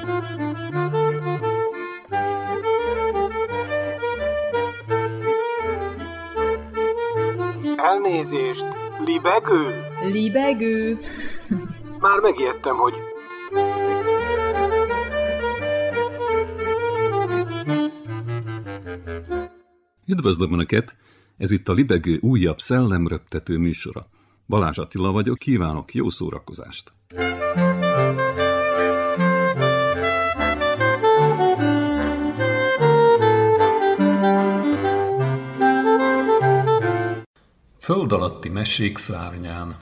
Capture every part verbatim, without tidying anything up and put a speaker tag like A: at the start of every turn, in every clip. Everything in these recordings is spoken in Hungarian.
A: Elnézést, libegő?
B: Libegő?
A: Már megijedtem, hogy...
C: Üdvözlöm Önöket! Ez itt a Libegő újabb szellemröptető műsora. Balázs Attila vagyok, kívánok jó szórakozást! Föld alatti mesék szárnyán.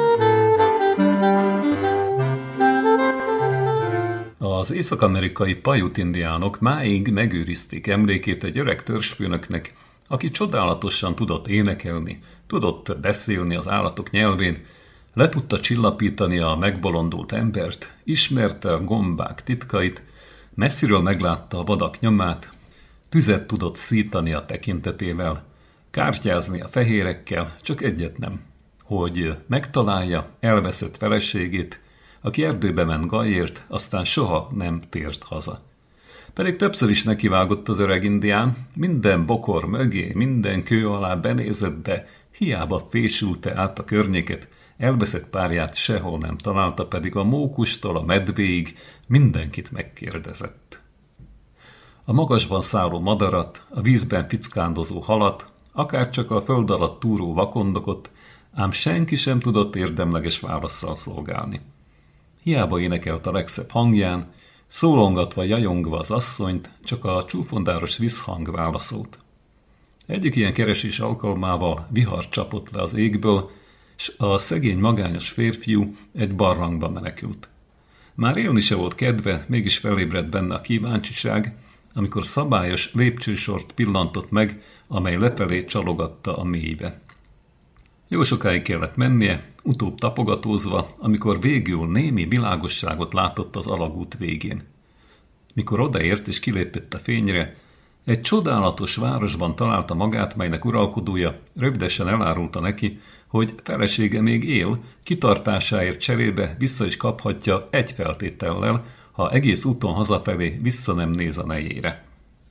C: Az észak-amerikai Paiute indiánok máig megőrizték emlékét egy öreg törzsfőnöknek, aki csodálatosan tudott énekelni, tudott beszélni az állatok nyelvén, le tudta csillapítani a megbolondult embert, ismerte a gombák titkait, messziről meglátta a vadak nyomát, tüzet tudott szítani a tekintetével, kártyázni a fehérekkel, csak egyet nem, hogy megtalálja elveszett feleségét, aki erdőbe ment gajért, aztán soha nem tért haza. Pedig többször is nekivágott az öreg indián, minden bokor mögé, minden kő alá benézett, de hiába fésülte át a környéket, elveszett párját sehol nem találta, pedig a mókustól a medvéig mindenkit megkérdezett. A magasban szálló madarat, a vízben fickándozó halat, akárcsak a föld alatt túró vakondokot, ám senki sem tudott érdemleges válasszal szolgálni. Hiába énekelt a legszebb hangján, szólongatva, jajongva az asszonyt, csak a csúfondáros visszhang válaszolt. Egyik ilyen keresés alkalmával vihar csapott le az égből, s a szegény magányos férfiú egy barlangba menekült. Már élni se volt kedve, mégis felébredt benne a kíváncsiság, amikor szabályos lépcsősort pillantott meg, amely lefelé csalogatta a mélybe. Jó sokáig kellett mennie, utóbb tapogatózva, amikor végül némi világosságot látott az alagút végén. Mikor odaért és kilépett a fényre, egy csodálatos városban találta magát, melynek uralkodója rövidesen elárulta neki, hogy felesége még él, kitartásáért cserébe vissza is kaphatja egy feltétellel, ha egész úton hazafelé vissza nem néz a nejére.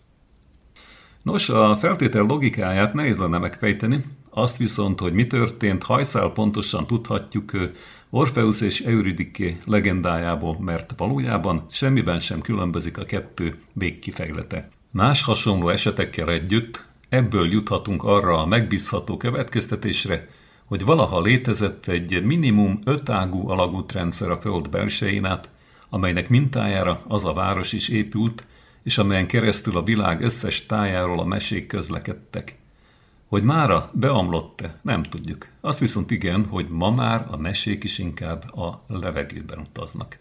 C: Nos, a feltétel logikáját nehéz lenne megfejteni, azt viszont, hogy mi történt, hajszál pontosan tudhatjuk Orfeusz és Eurydike legendájából, mert valójában semmiben sem különbözik a kettő végkifejlete. Más hasonló esetekkel együtt ebből juthatunk arra a megbízható következtetésre, hogy valaha létezett egy minimum ötágú alagútrendszer a föld belsején át, amelynek mintájára az a város is épült, és amelyen keresztül a világ összes tájáról a mesék közlekedtek. Hogy mára beomlott-e, nem tudjuk. Azt viszont igen, hogy ma már a mesék is inkább a levegőben utaznak.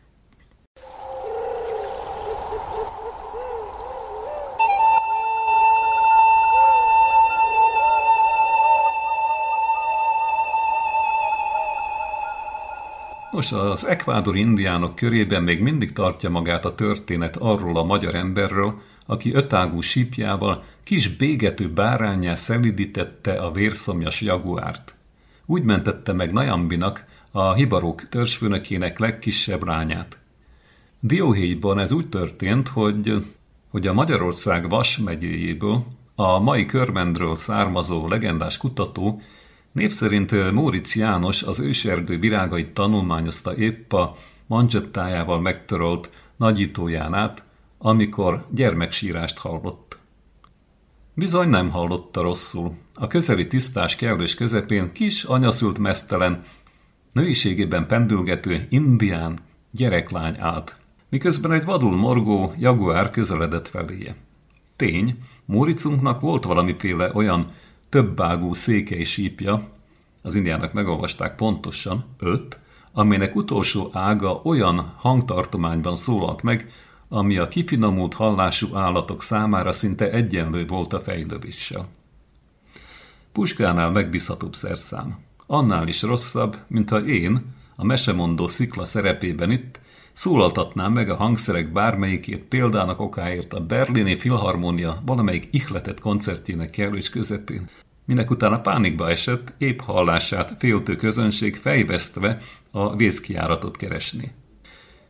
C: Nos, az ekvádori indiánok körében még mindig tartja magát a történet arról a magyar emberről, aki ötágú sípjával kis bégető báránnyá szelídítette a vérszomjas jaguárt. Úgy mentette meg Najambinak, a hibarók törzsfőnökének legkisebb lányát. Dióhéjban ez úgy történt, hogy, hogy a Magyarország Vas megyéjéből a mai Körmendről származó legendás kutató, név szerint Móricz János az őserdő virágait tanulmányozta épp a manzsettájával megtörölt nagyítóján át, amikor gyermeksírást hallott. Bizony nem hallotta rosszul. A közeli tisztás kellős közepén kis anyaszült meztelen, nőiségében pendülgető indián gyereklány állt, miközben egy vadul morgó jaguár közeledett feléje. Tény, Móricunknak volt valamiféle olyan többágú székely sípja, az indiának megolvasták pontosan, öt, amelynek utolsó ága olyan hangtartományban szólalt meg, ami a kifinomult hallású állatok számára szinte egyenlő volt a fejlődéssel. Puskánál megbízhatóbb szerszám. Annál is rosszabb, mintha én, a mesemondó szikla szerepében itt, szólaltatnám meg a hangszerek bármelyikét példának okáért a berlini filharmónia valamelyik ihletett koncertjének kellős közepén, minek utána pánikba esett, épp hallását féltő közönség fejvesztve a vészkijáratot keresni.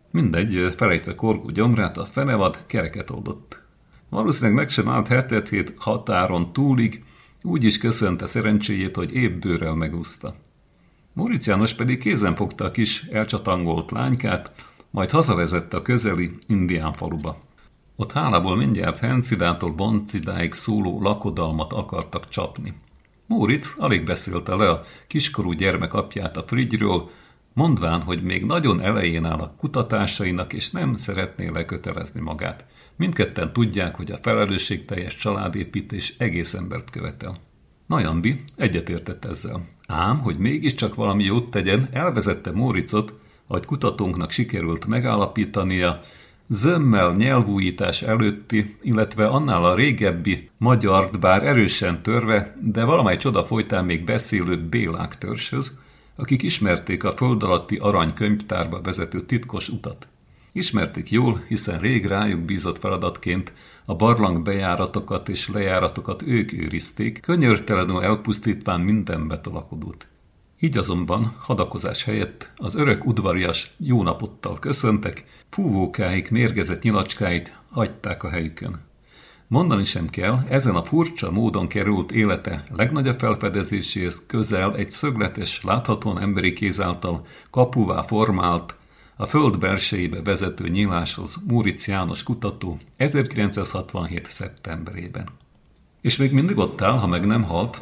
C: Mindegy, felejtve Korgó gyomrát, a fenevad kereket oldott. Valószínűleg meg sem állt hetet hét határon túlig, úgy is köszönte szerencséjét, hogy épp bőrrel megúszta. Móricz János pedig kézen fogta a kis elcsatangolt lánykát, majd hazavezette a közeli indián faluba. Ott hálából mindjárt Hencidától Boncidáig szóló lakodalmat akartak csapni. Móricz alig beszélte le a kiskorú gyermek apját a Frigyről, mondván, hogy még nagyon elején áll a kutatásainak, és nem szeretné lekötelezni magát. Mindketten tudják, hogy a felelősségteljes családépítés egész embert követel. Najambi egyetértett ezzel. Ám, hogy mégiscsak valami jót tegyen, elvezette Móriczot, ahogy kutatónknak sikerült megállapítania, zömmel nyelvújítás előtti, illetve annál a régebbi magyart bár erősen törve, de valamely csoda folytán még beszélő Bélák törzshöz, akik ismerték a föld alatti aranykönyvtárba vezető titkos utat. Ismerték jól, hiszen rég rájuk bízott feladatként a barlang bejáratokat és lejáratokat ők őrizték, könyörtelenül elpusztítván minden betolakodót. Így azonban hadakozás helyett az örök udvarias jó napottal köszöntek, fúvókáik mérgezett nyilacskáit hagyták a helyükön. Mondani sem kell, ezen a furcsa módon került élete legnagyobb felfedezéséhez közel egy szögletes, láthatóan emberi kéz által kapuvá formált, a föld belsejébe vezető nyíláshoz Móricz János kutató ezerkilencszázhatvanhét. szeptemberében. És még mindig ott áll, ha meg nem halt.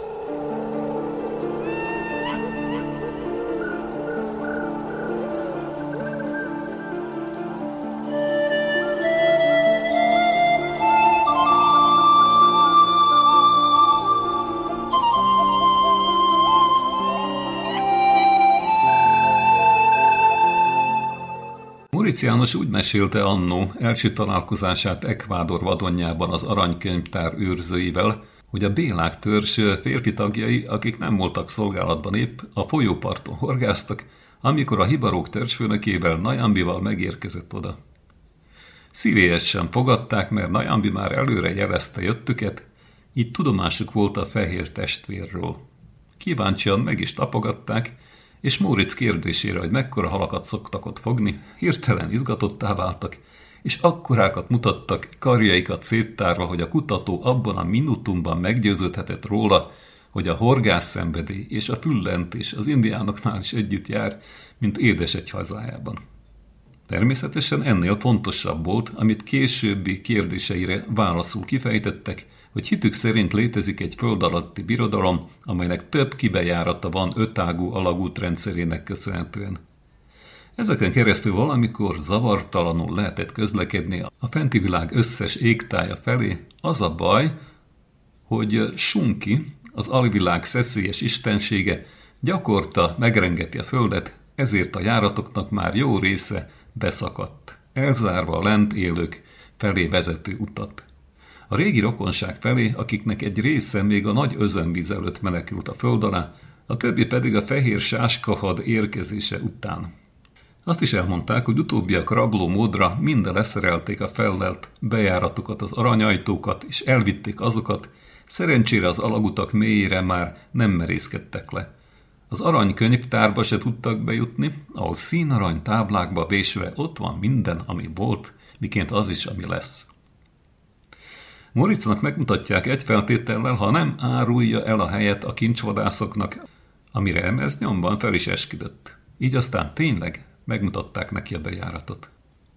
C: Móricz János úgy mesélte annó első találkozását Ekvádor vadonjában az aranykönyvtár őrzőivel, hogy a Bélák törzs férfi tagjai, akik nem voltak szolgálatban épp, a folyóparton horgáztak, amikor a hibarók törzsfőnökével, Najambival megérkezett oda. Szívélyesen fogadták, mert Najambi már előre jelezte jöttüket, így tudomásuk volt a fehér testvérről. Kíváncsian meg is tapogatták, és Móricz kérdésére, hogy mekkora halakat szoktak ott fogni, hirtelen izgatottá váltak, és akkorákat mutattak, karjaikat széttárva, hogy a kutató abban a minutumban meggyőződhetett róla, hogy a horgász szenvedély és a füllentés az indiánoknál is együtt jár, mint édes egy hazájában. Természetesen ennél fontosabb volt, amit későbbi kérdéseire válaszul kifejtettek, hogy hitük szerint létezik egy föld alatti birodalom, amelynek több kibejárata van ötágú alagútrendszerének köszönhetően. Ezeken keresztül valamikor zavartalanul lehetett közlekedni a fenti világ összes égtája felé. Az a baj, hogy Sunki, az alvilág szeszélyes istensége, gyakorta megrengeti a földet, ezért a járatoknak már jó része beszakadt, elzárva a lent élők felé vezető utat. A régi rokonság felé, akiknek egy része még a nagy özönvíz előtt menekült a föld alá, a többi pedig a fehér sáskahad érkezése után. Azt is elmondták, hogy utóbbiak rabló módra mind leszerelték a fellelt bejáratokat, az aranyajtókat, és elvitték azokat, szerencsére az alagutak mélyére már nem merészkedtek le. Az aranykönyvtárba se tudtak bejutni, ahol színarany táblákba vésve ott van minden, ami volt, miként az is, ami lesz. Móricznak megmutatják egy feltétellel, ha nem árulja el a helyet a kincsvadászoknak, amire emez nyomban fel is esküdött. Így aztán tényleg megmutatták neki a bejáratot.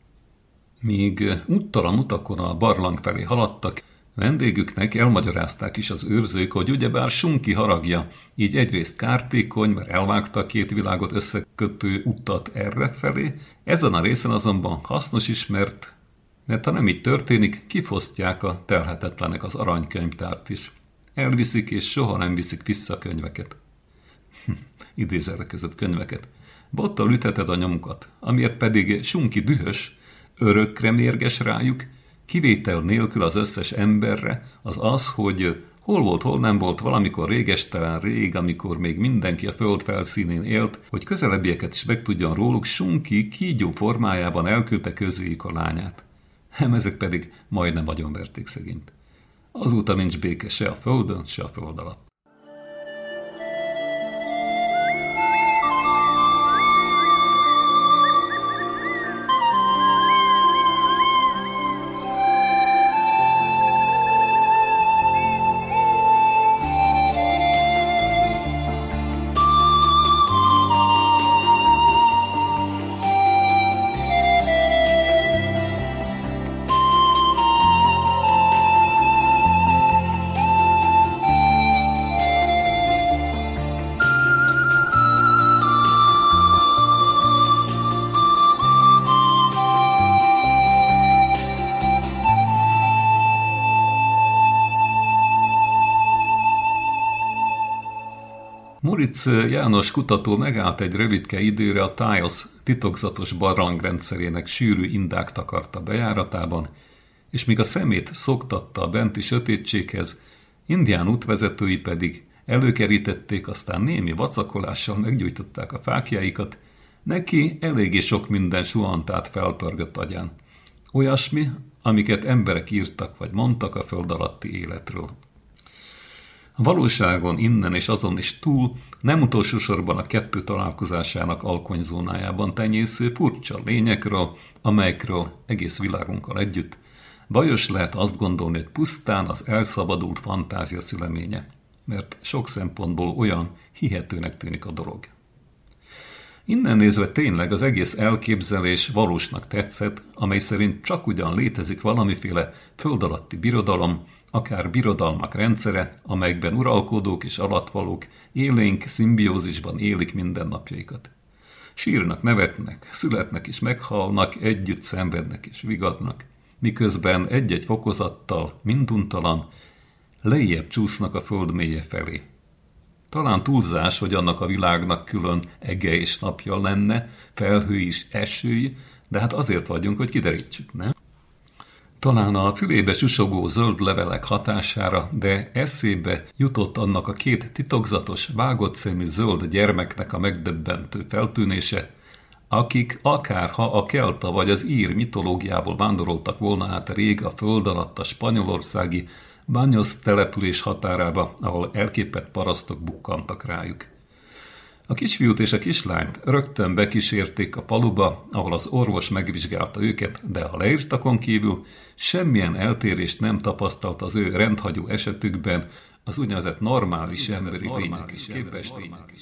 C: Míg úttalan utakon a barlang felé haladtak, vendégüknek elmagyarázták is az őrzők, hogy ugyebár Sunki haragja, így egyrészt kártékony, mert elvágta a két világot összekötő utat errefelé, ezen a részen azonban hasznos is, mert, mert ha nem így történik, kifosztják a telhetetlenek az aranykönyvtárt is. Elviszik és soha nem viszik vissza a könyveket. Idézőjelek között könyveket. Bottal ütheted a nyomukat, amiért pedig Sunki dühös, örökre mérges rájuk, kivétel nélkül az összes emberre, az az, hogy hol volt, hol nem volt valamikor régestelen rég, amikor még mindenki a föld felszínén élt, hogy közelebbieket is megtudjon róluk, Sunki kígyó formájában elküldte közéjük a lányát. Hem, ezek pedig majdnem agyonverték szegényt. Azóta nincs béke se a földön, se a föld alatt. Móricz János kutató megállt egy rövidke időre a Taos titokzatos barlangrendszerének sűrű indák takarta bejáratában, és míg a szemét szoktatta a benti sötétséghez, indián útvezetői pedig előkerítették, aztán némi vacakolással meggyújtották a fákjáikat, neki eléggé sok minden suhant át felpörgött agyán. Olyasmi, amiket emberek írtak vagy mondtak a föld alatti életről. A valóságon innen és azon is túl, nem utolsó sorban a kettő találkozásának alkonyzónájában tenyésző furcsa lényekről, amelyekről egész világunkkal együtt bajos lehet azt gondolni, hogy pusztán az elszabadult fantázia szüleménye, mert sok szempontból olyan hihetőnek tűnik a dolog. Innen nézve tényleg az egész elképzelés valósnak tetszett, amely szerint csak ugyan létezik valamiféle föld alatti birodalom, akár birodalmak rendszere, amelyekben uralkodók és alattvalók élénk szimbiózisban élik mindennapjaikat. Sírnak, nevetnek, születnek és meghalnak, együtt szenvednek és vigadnak, miközben egy-egy fokozattal, minduntalan, lejjebb csúsznak a föld mélye felé. Talán túlzás, hogy annak a világnak külön ege és napja lenne, felhői és esői, de hát azért vagyunk, hogy kiderítsük, nem? Talán a fülébe susogó zöld levelek hatására, de eszébe jutott annak a két titokzatos, vágott szemű zöld gyermeknek a megdöbbentő feltűnése, akik akárha a kelta vagy az ír mitológiából vándoroltak volna át rég a föld alatt a spanyolországi Baños település határába, ahol elképett parasztok bukkantak rájuk. A kisfiút és a kislányt rögtön bekísérték a faluba, ahol az orvos megvizsgálta őket, de a leírtakon kívül semmilyen eltérést nem tapasztalt az ő rendhagyó esetükben az úgynevezett normális emberi lények is képes lények.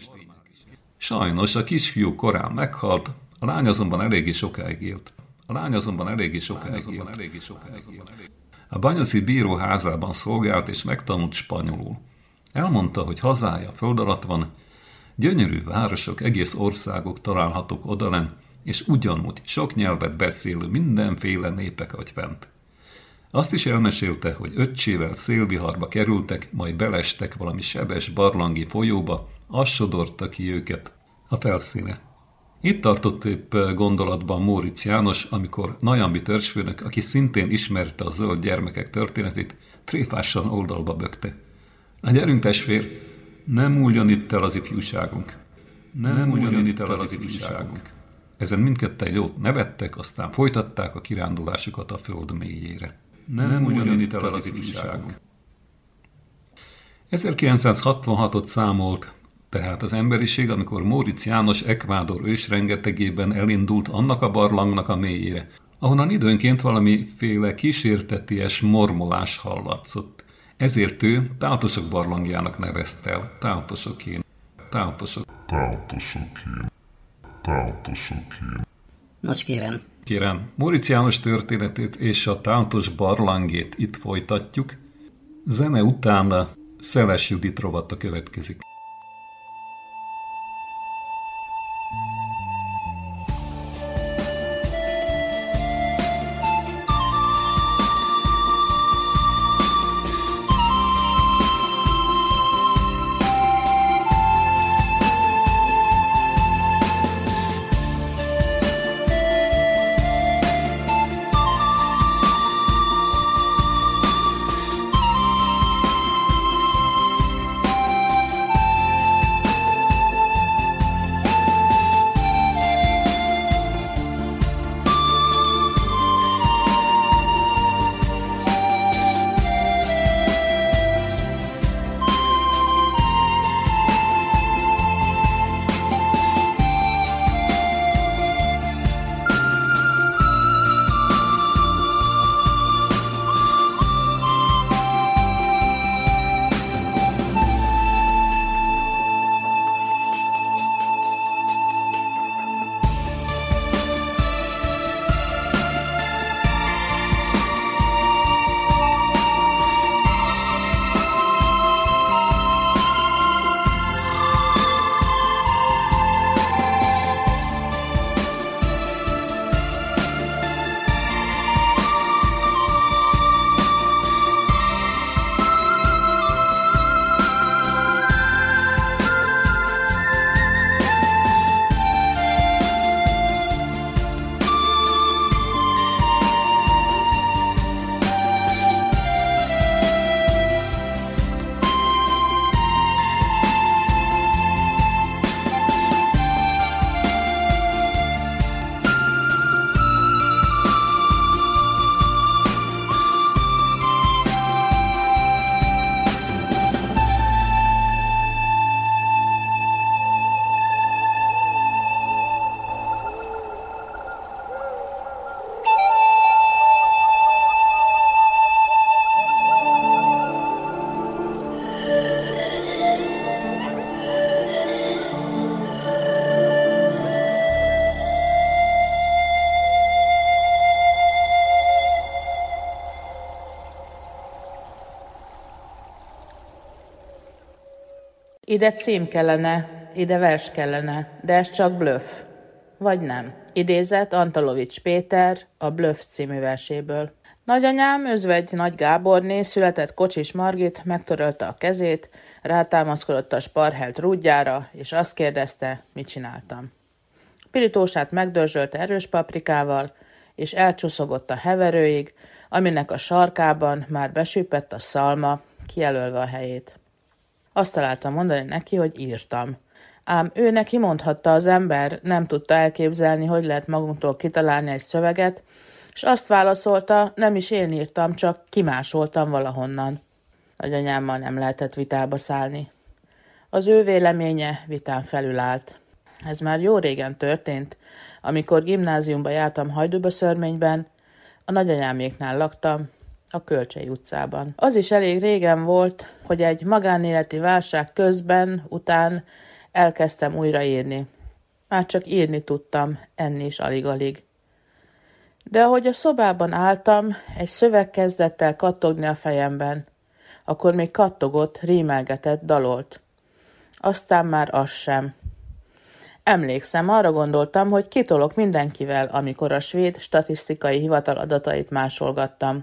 C: Sajnos a kisfiú korán meghalt, a lány azonban eléggé sokáig élt. A lány azonban eléggé sokáig élt. A banyoszi bíró házában szolgált és megtanult spanyolul. Elmondta, hogy hazája föld alatt van, gyönyörű városok, egész országok találhatók odalen, és ugyanúgy sok nyelvet beszélő mindenféle népek vagy fent. Azt is elmesélte, hogy öccsével szélviharba kerültek, majd belestek valami sebes barlangi folyóba, az sodorta ki őket a felszíne. Itt tartott épp gondolatban Móricz János, amikor Najambi törzsfőnök, aki szintén ismerte a zöld gyermekek történetét, tréfásan oldalba bökte. Na gyerünk, testvér, nem múljon itt el az ifjúságunk. Nem, nem múljon itt el az, az ifjúságunk. Ezen mindketten jót nevettek, aztán folytatták a kirándulásukat a föld mélyére. Nem, nem múljon itt el az, az ifjúságunk. ezerkilencszázhatvanhatot számolt tehát az emberiség, amikor Móricz János Ekvádor ősrengetegében elindult annak a barlangnak a mélyére, ahonnan időnként valamiféle kísérteties mormolás hallatszott. Ezért ő Táltosok barlangjának nevezte el, Táltosokén. Táltosok.
B: Táltosokén. Táltosokén.
D: Nos kérem.
C: Kérem, Móricz János történetét és a Táltos barlangét itt folytatjuk. Zene után Szeles Judit rovata következik.
D: Ide cím kellene, ide vers kellene, de ez csak blöff. Vagy nem. Idézett Antalovics Péter a Blöff című verséből. Nagyanyám, özvegy Nagy Gáborné, született Kocsis Margit, megtörölte a kezét, rátámaszkodott a sparhelt rúdjára, és azt kérdezte, mit csináltam. Pirítósát megdörzsölte erős paprikával, és elcsuszogott a heverőig, aminek a sarkában már besüppett a szalma, kijelölve a helyét. Azt találtam mondani neki, hogy írtam. Ám ő neki mondhatta az ember, nem tudta elképzelni, hogy lehet magunktól kitalálni egy szöveget, és azt válaszolta, nem is én írtam, csak kimásoltam valahonnan. Nagyanyámmal nem lehetett vitába szállni. Az ő véleménye vitán felülállt. Ez már jó régen történt, amikor gimnáziumba jártam Hajdúböszörményben, a nagyanyáméknál laktam, a Kölcsei utcában. Az is elég régen volt, hogy egy magánéleti válság közben, után elkezdtem újra írni. Már csak írni tudtam, enni is alig-alig. De ahogy a szobában álltam, egy szöveg kezdett el kattogni a fejemben. Akkor még kattogott, rímelgetett, dalolt. Aztán már az sem. Emlékszem, arra gondoltam, hogy kitolok mindenkivel, amikor a svéd statisztikai hivatal adatait másolgattam.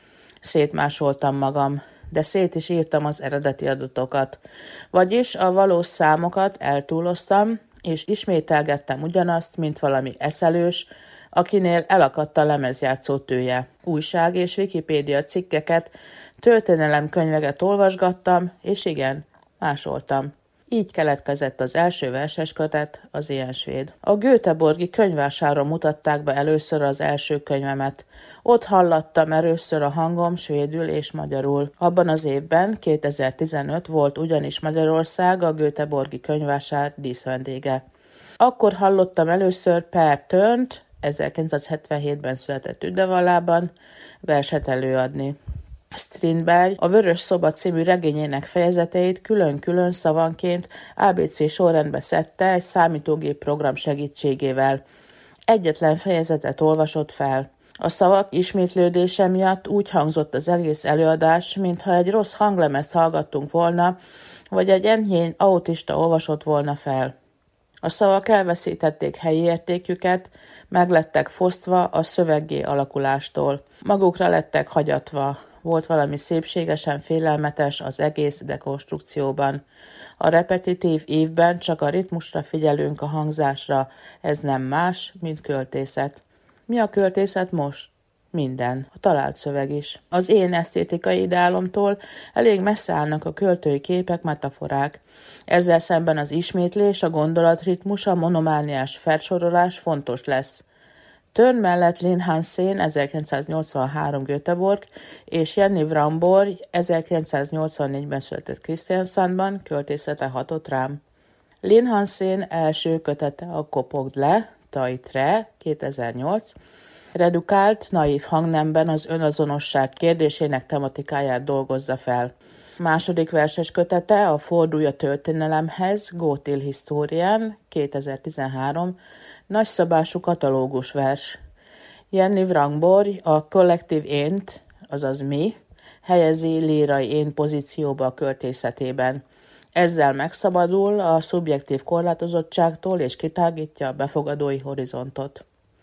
D: Szétmásoltam magam, de szét is írtam az eredeti adatokat. Vagyis a valós számokat eltúloztam, és ismételgettem ugyanazt, mint valami eszelős, akinél elakadt a lemezjátszó tője. Újság és Wikipédia cikkeket, történelemkönyveket olvasgattam, és igen, másoltam. Így keletkezett az első verses kötet, az Ilyen svéd. A Göteborgi könyvvásáron mutatták be először az első könyvemet. Ott hallattam először a hangom svédül és magyarul. Abban az évben, kétezer-tizenöt volt ugyanis Magyarország a Göteborgi könyvvásár díszvendége. Akkor hallottam először Per Törnt, ezerkilencszázhetvenhétben született Üdevallában, verset előadni. Strindberg a Vörös szoba című regényének fejezeteit külön-külön szavanként á bé cé sorrendbe szedte egy számítógép program segítségével. Egyetlen fejezetet olvasott fel. A szavak ismétlődése miatt úgy hangzott az egész előadás, mintha egy rossz hanglemezt hallgattunk volna, vagy egy enyhén autista olvasott volna fel. A szavak elveszítették helyi értéküket, meglettek fosztva a szöveggé alakulástól. Magukra lettek hagyatva. Volt valami szépségesen félelmetes az egész dekonstrukcióban. A repetitív évben csak a ritmusra figyelünk, a hangzásra. Ez nem más, mint költészet. Mi a költészet most? Minden. A talált szöveg is. Az én esztétikai ideálomtól elég messze állnak a költői képek, metaforák. Ezzel szemben az ismétlés, a gondolatritmus, a monomániás felsorolás fontos lesz. Törn mellett Lin Hansen ezerkilencszáznyolcvanhárom Göteborg és Jenny Wrambor ezerkilencszáznyolcvannégyben született Kristiansandban költészete hatott rám. Lin Hansen első kötete a Kopogd le, Tajtre, kétezer-nyolc, redukált, naív hangnemben az önazonosság kérdésének tematikáját dolgozza fel. Második verses kötete a Fordulj a történelemhez, Gå till historien, kétezer-tizenhárom, nagyszabású katalógus vers. Jenny Wrambor a kollektív ént, azaz mi, helyezi lírai én pozícióba a költészetében. Ezzel megszabadul a szubjektív korlátozottságtól és kitágítja a befogadói horizontot.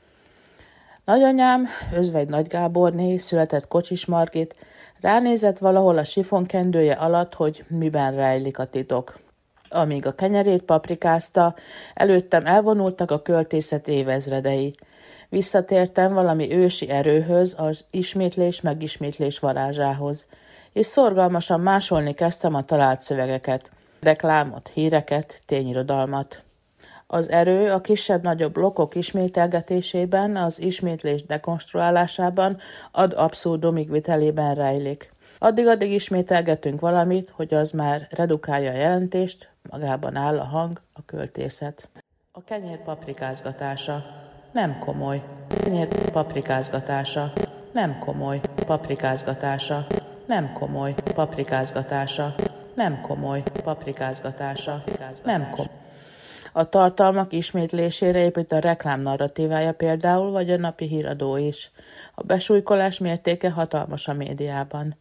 D: Nagyanyám, özvegy Nagy Gáborné, született Kocsis Margit, ránézett valahol a sifonkendője alatt, hogy miben rejlik a titok. Amíg a kenyerét paprikázta, előttem elvonultak a költészet évezredei. Visszatértem valami ősi erőhöz, az ismétlés megismétlés varázsához, és szorgalmasan másolni kezdtem a talált szövegeket, reklámot, híreket, tényirodalmat. Az erő a kisebb-nagyobb blokkok ismételgetésében, az ismétlés dekonstruálásában, ad abszurdumig vitelében rejlik. Addig-addig ismételgetünk valamit, hogy az már redukálja a jelentést, magában áll a hang, a költészet. A kenyér paprikázgatása. Nem komoly. Kenyér paprikázgatása. Nem komoly. Paprikázgatása. Nem komoly. Paprikázgatása. Nem komoly. Paprikázgatása. Nem komoly. A tartalmak ismétlésére épít a reklám narratívája például, vagy a napi híradó is. A besúlykolás mértéke hatalmas a médiában.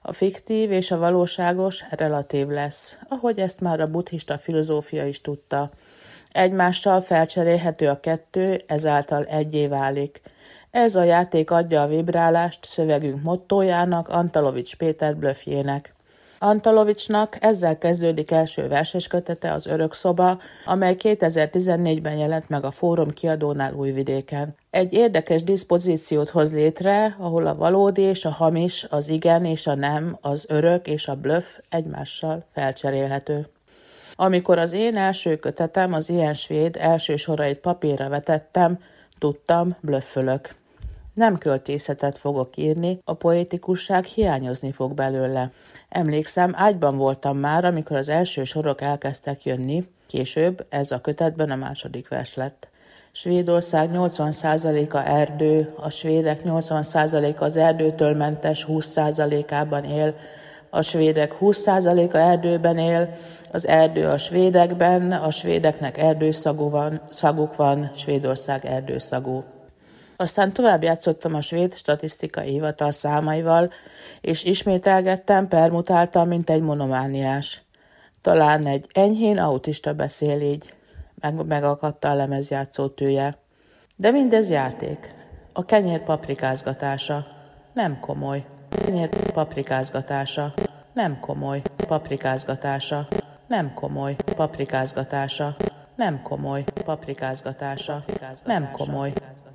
D: A fiktív és a valóságos relatív lesz, ahogy ezt már a buddhista filozófia is tudta. Egymással felcserélhető a kettő, ezáltal egyé válik. Ez a játék adja a vibrálást szövegünk mottójának, Antalovics Péter blöffjének. Antalovicsnak ezzel kezdődik első verseskötete, az Örök szoba, amely kétezer-tizennégyben jelent meg a Fórum kiadónál Újvidéken. Egy érdekes diszpozíciót hoz létre, ahol a valódi és a hamis, az igen és a nem, az örök és a blöff egymással felcserélhető. Amikor az én első kötetem, az Ilyen svéd első sorait papírra vetettem, tudtam, blöffölök. Nem költészetet fogok írni, a poetikusság hiányozni fog belőle. Emlékszem, ágyban voltam már, amikor az első sorok elkezdtek jönni, később ez a kötetben a második vers lett. Svédország nyolcvan százaléka erdő, a svédek nyolcvan százaléka az erdőtől mentes húsz százalékában él, a svédek húsz százaléka erdőben él, az erdő a svédekben, a svédeknek erdőszagú van, szaguk van, Svédország erdőszagú. Aztán tovább játszottam a svéd statisztikai hivatal számaival, és ismételgettem, permutáltam, mint egy monomániás. Talán egy enyhén autista beszél így, meg megakadta a lemezjátszó tője. De mindez játék. A kenyér paprikázgatása. Nem komoly. Kenyér paprikázgatása. Nem komoly. Paprikázgatása. Nem komoly. Paprikázgatása. Nem komoly. Paprikázgatása. Nem komoly.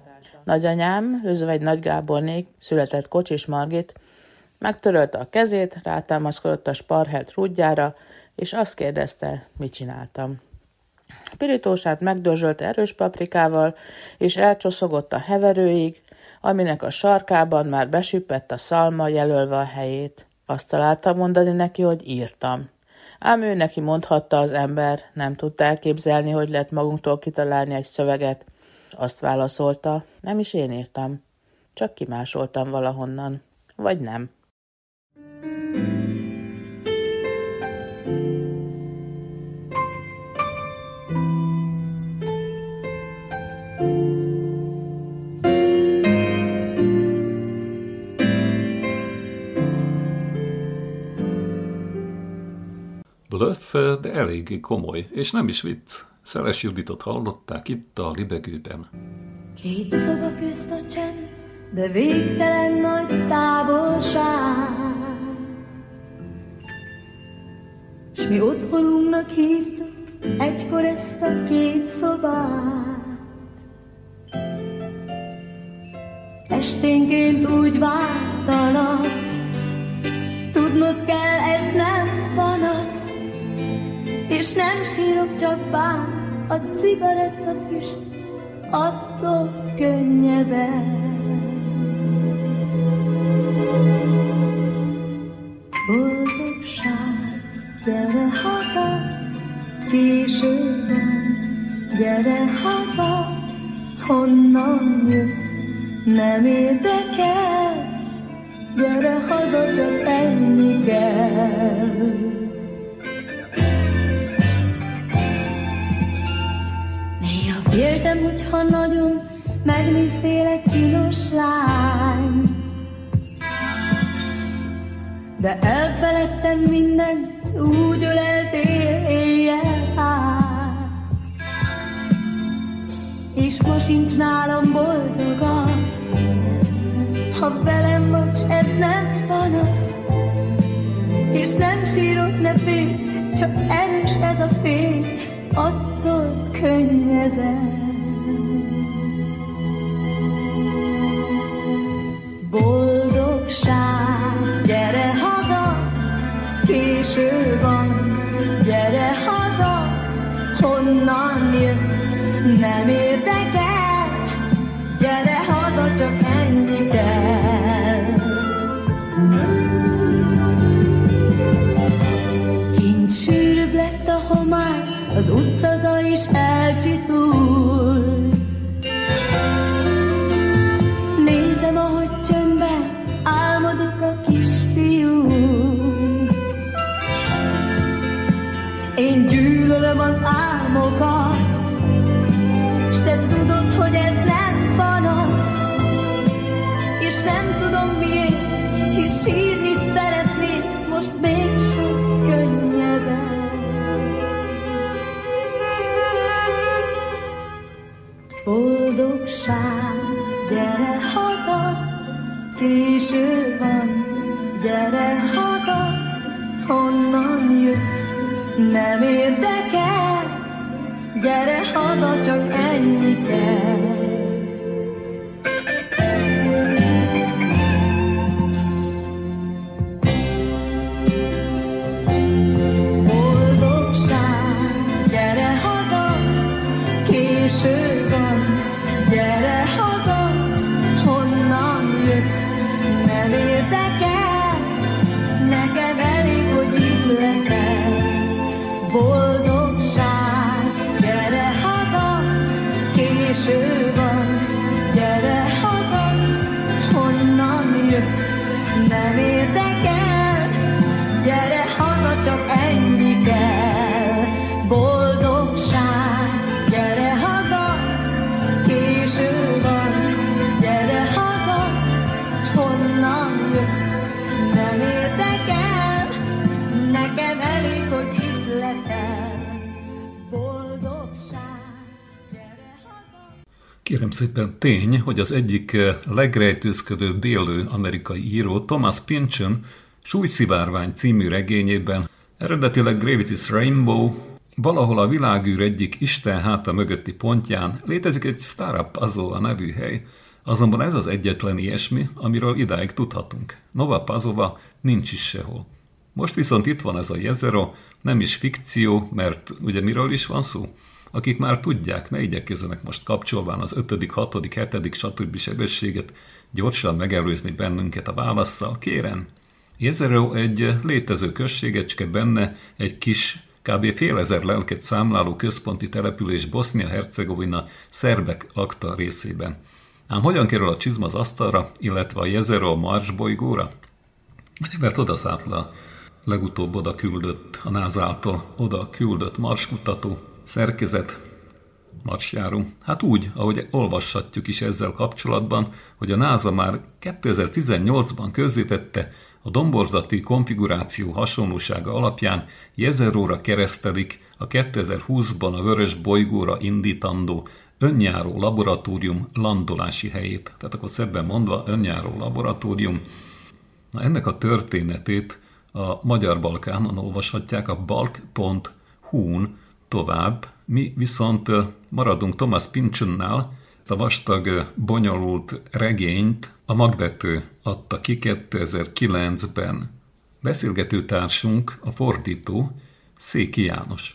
D: Nagyanyám, Özvegy Nagy Gábornék, született Kocsis Margit, megtörölte a kezét, rátámaszkodott a sparhelt rúdjára, és azt kérdezte, mit csináltam. Pirítósát megdörzsölte erős paprikával, és elcsoszogott a heverőig, aminek a sarkában már besüppett a szalma, jelölve a helyét. Azt találtam mondani neki, hogy írtam. Ám ő neki mondhatta az ember, nem tudta elképzelni, hogy lehet magunktól kitalálni egy szöveget. Azt válaszolta, nem is én írtam, csak kimásoltam valahonnan, vagy nem.
C: Blöff, de eléggé komoly, és nem is vicc. Szeles Juditot hallották itt a Libegőben.
E: Két szoba közt a csend, de végtelen nagy távolság. S mi otthonunknak hívtuk egykor ezt a két szobát. Esténként úgy vártalak, tudnod kell, ez nem panasz, és nem sírok, csak bánt, a cigarettafüst attól könnyezem. Boldogság, gyere haza, késő van, gyere haza, honnan jössz, nem érdekel, gyere haza, csak ennyi kell. Féltem, hogyha nagyon megnéztél egy csinos lány, de elfeledtem mindent, úgy öleltél éjjel át. És ma sincs nálam boldogabb, ha velem vagy, ez nem panasz. És nem sírok, ne félj, csak erős ez a fény, attól könnyezem. Boldogság, gyere haza, késő van, gyere haza, honnan jössz, nem érdekel, gyere haza, csak ennyi kell. Kint sűrűbb lett a homály, az utcazaj is elcsitult. Nézem, ahogy csöndben álmodik a kisfiú. Én gyűlölöm az álmokat, s te tudod, hogy ez nem panasz. És nem tudom miért, hisz sírni szeretnék, gyere haza, késő van, gyere haza, honnan jössz, nem érdekel, gyere haza, csak ennyi kell. Boldogság, gyere haza, késő van, gyere haza, honnan jössz, nem érdekel, neked elég, hogy itt leszel. Boldogság, gyere haza, késő van, gyere haza, honnan jössz, nem érdekel, gyere haza, csak ennyi kell. Boldogság, gyere haza, késő van, gyere haza, honnan jössz, nem érdekel, neked elég, hogy itt leszel. Boldogság, gyere haza.
C: Kérem szépen, tény, hogy az egyik legrejtőzködőbb élő amerikai író, Thomas Pynchon Súlyszivárvány című regényében, eredetileg Gravity's Rainbow, valahol a világűr egyik Isten háta mögötti pontján létezik egy Stara Pazova nevű hely, azonban ez az egyetlen ilyesmi, amiről idáig tudhatunk. Nova Pazova nincs is sehol. Most viszont itt van ez a jezero, nem is fikció, mert ugye miről is van szó? Akik már tudják, ne igyekezzenek most kapcsolván az ötödik, hatodik, hetedik, stb. Sebességet gyorsan megelőzni bennünket a válasszal, kérem. Jezero egy létező községecske, benne egy kis, kb. Fél ezer lelket számláló központi település Bosznia-Hercegovina szerbek lakta részében. Ám hogyan kerül a csizma az asztalra, illetve a jezero a Mars bolygóra? Mert odaszállt le a legutóbb oda küldött, a názától oda küldött marskutató szerkezet, marsjáró. Hát úgy, ahogy olvashatjuk is ezzel kapcsolatban, hogy a NASA már kétezer-tizennyolcban közzétette, a domborzati konfiguráció hasonlósága alapján Jezeróra keresztelik a kétezer-húszban a Vörös bolygóra indítandó önjáró laboratórium landolási helyét. Tehát akkor szebben mondva önjáró laboratórium. Na, ennek a történetét a Magyar Balkánon olvashatják a balk pont hu-n tovább. Mi viszont maradunk Thomas Pynchonnál, a vastag, bonyolult regényt a Magvető adta ki kétezer-kilencben. Beszélgetőtársunk, a fordító, Széki János.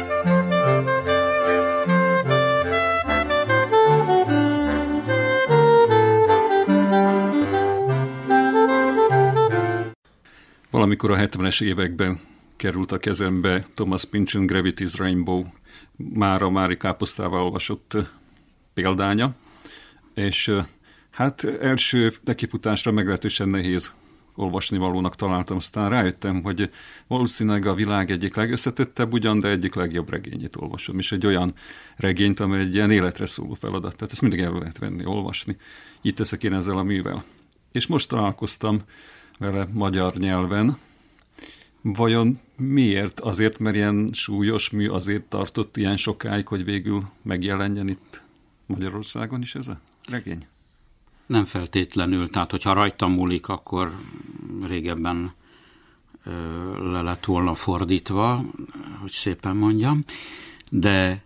C: Valamikor a hetvenes években került a kezembe Thomas Pynchon Gravity's Rainbow, már a Mári káposztával olvasott példánya, és hát első nekifutásra meglehetősen nehéz olvasnivalónak találtam, aztán rájöttem, hogy valószínűleg a világ egyik legösszetettebb ugyan, de egyik legjobb regényét olvasom, és egy olyan regényt, amely egy ilyen életre szóló feladat, tehát ezt mindig el lehet venni, olvasni. Itt teszek én ezzel a művel. És most találkoztam vele magyar nyelven. Vajon miért? Azért, mert ilyen súlyos mű, azért tartott ilyen sokáig, hogy végül megjelenjen itt Magyarországon is ez a regény?
F: Nem feltétlenül, tehát hogyha rajtam múlik, akkor régebben ö, le lett volna fordítva, hogy szépen mondjam, de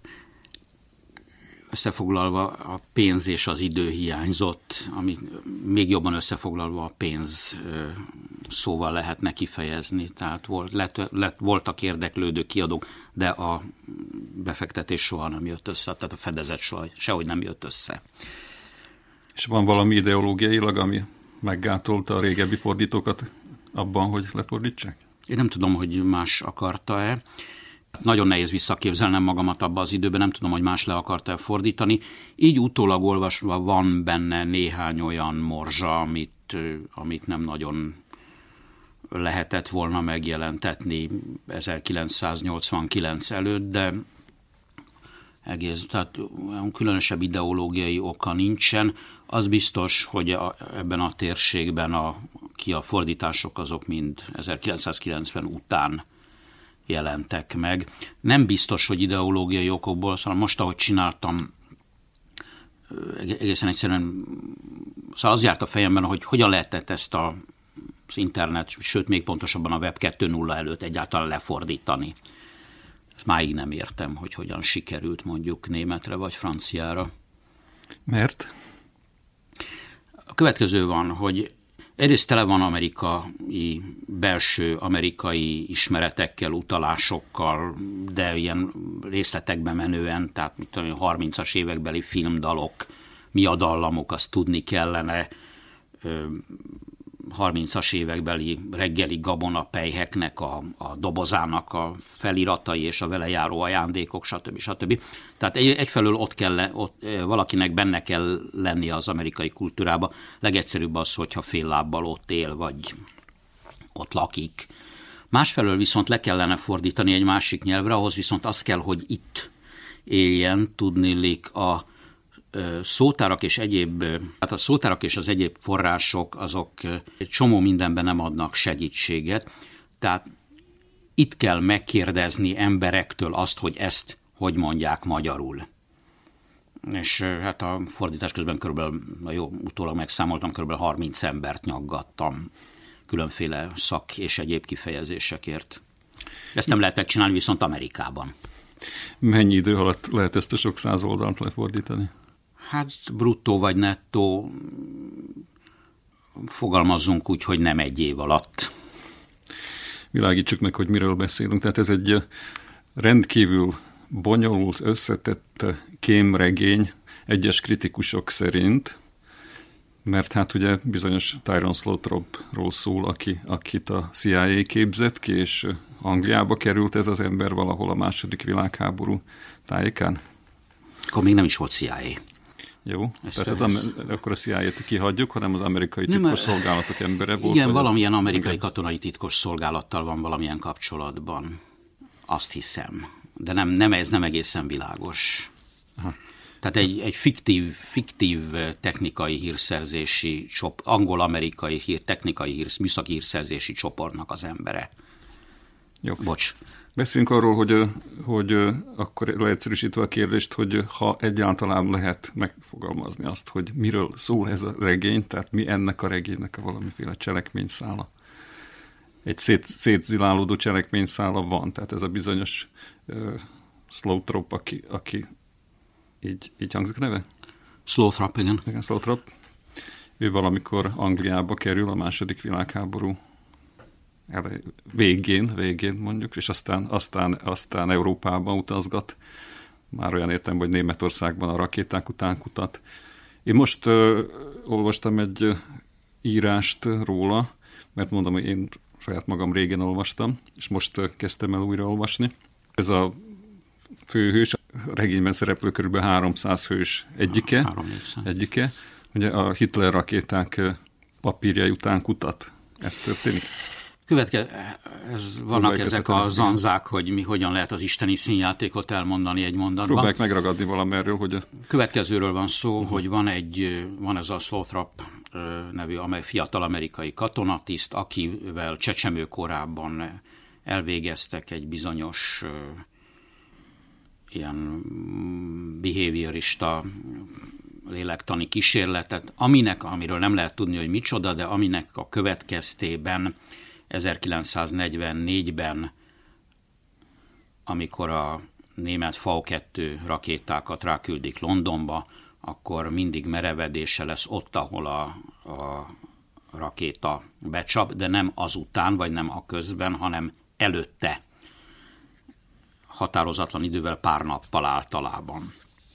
F: összefoglalva a pénz és az idő hiányzott, ami még jobban összefoglalva a pénz ö, szóval lehetne kifejezni, tehát volt, lett, lett, voltak érdeklődő kiadók, de a befektetés soha nem jött össze, tehát a fedezet soha, sehogy nem jött össze.
C: És van valami ideológiailag, ami meggátolta a régebbi fordítókat abban, hogy lefordítsák?
F: Én nem tudom, hogy más akarta-e. Nagyon nehéz visszaképzelnem magamat abban az időben, nem tudom, hogy más le akarta-e fordítani. Így utólag olvasva van benne néhány olyan morzsa, amit, amit nem nagyon lehetett volna megjelentetni ezerkilencszáznyolcvankilenc előtt, de egész, tehát olyan különösebb ideológiai oka nincsen. Az biztos, hogy a, ebben a térségben a, ki a fordítások azok mind ezerkilencszázkilencven után jelentek meg. Nem biztos, hogy ideológiai okokból, szóval most, ahogy csináltam egészen egyszerűen szóval az járt a fejemben, hogy hogyan lehetett ezt a, az internet, sőt még pontosabban a web kettő nulla előtt egyáltalán lefordítani. Ezt máig nem értem, hogy hogyan sikerült mondjuk németre vagy franciára.
C: Mert?
F: A következő van, hogy egyrészt tele van amerikai, belső amerikai ismeretekkel, utalásokkal, de ilyen részletekben menően, tehát mit tudom, harmincas évekbeli filmdalok, mi a dallamok, azt tudni kellene, harmincas évekbeli reggeli gabonapelyheknek a, a dobozának a feliratai és a vele járó ajándékok, stb. stb. Tehát egy, egyfelől ott kell, ott, valakinek benne kell lennie az amerikai kultúrába. Legegyszerűbb az, hogyha fél lábbal ott él, vagy ott lakik. Másfelől viszont le kellene fordítani egy másik nyelvre, ahhoz viszont az kell, hogy itt éljen, tudniillik a szótárak és egyéb, hát a szótárak és az egyéb források, azok egy csomó mindenben nem adnak segítséget, tehát itt kell megkérdezni emberektől azt, hogy ezt hogy mondják magyarul. És hát a fordítás közben körülbelül, jó, utólag megszámoltam, körülbelül harminc embert nyaggattam különféle szak és egyéb kifejezésekért. Ezt nem lehet megcsinálni viszont Amerikában.
C: Mennyi idő alatt lehet ezt a sok száz oldalt lefordítani?
F: Hát bruttó vagy nettó, fogalmazzunk úgy, hogy nem egy év alatt.
C: Világítsuk meg, hogy miről beszélünk. Tehát ez egy rendkívül bonyolult, összetett kémregény egyes kritikusok szerint, mert hát ugye bizonyos Tyrone Slothropról szól, aki, akit a C I A képzett ki, és Angliába került ez az ember valahol a második világháború tájékán.
F: Akkor még nem is volt C I A.
C: Jó, ezt tehát az, akkor a C I A-t kihagyjuk, hanem az amerikai titkos szolgálatok embere volt.
F: Igen, valamilyen az... amerikai igen. katonai titkos szolgálattal van valamilyen kapcsolatban. Azt hiszem. De nem, nem ez nem egészen világos. Aha. Tehát egy, egy fiktív, fiktív technikai hírszerzési csoport, angol-amerikai hír, technikai hír, műszaki hírszerzési csoportnak az embere.
C: Jó.
F: Bocs.
C: Beszéljünk arról, hogy, hogy akkor leegyszerűsítve a kérdést, hogy ha egyáltalán lehet megfogalmazni azt, hogy miről szól ez a regény, tehát mi ennek a regénynek a valamiféle cselekményszála. Egy szét, szétzilálódó cselekményszála van, tehát ez a bizonyos uh, Slothrop, aki, aki így, így hangzik neve?
F: Slothrop, igen.
C: Igen, Slothrop. Ő valamikor Angliába kerül a második világháború végén, végén mondjuk, és aztán, aztán, aztán Európába utazgat. Már olyan értem, hogy Németországban a rakéták után kutat. Én most uh, olvastam egy uh, írást róla, mert mondom, hogy én saját magam régen olvastam, és most uh, kezdtem el újra olvasni. Ez a főhős, a regényben szereplő kb. háromszáz hős egyike, egyike, ugye a Hitler rakéták papírjai után kutat. Ez történik?
F: Következő, ez, vannak ezek a zanzák, hogy mi hogyan lehet az isteni színjátékot elmondani egy mondatban.
C: Próbálják megragadni valamerről, hogy... A...
F: Következőről van szó, uh-huh. hogy van egy, van ez a Slothrop nevű amely fiatal amerikai katonatiszt, akivel csecsemőkorában elvégeztek egy bizonyos uh, ilyen behaviorista lélektani kísérletet, aminek, amiről nem lehet tudni, hogy micsoda, de aminek a következtében ezerkilencszáznegyvennégyben, amikor a német F kettő rakétákat ráküldik Londonba, akkor mindig merevedése lesz ott, ahol a, a rakéta becsap, de nem azután, vagy nem a közben, hanem előtte. Határozatlan idővel, pár nappal általában.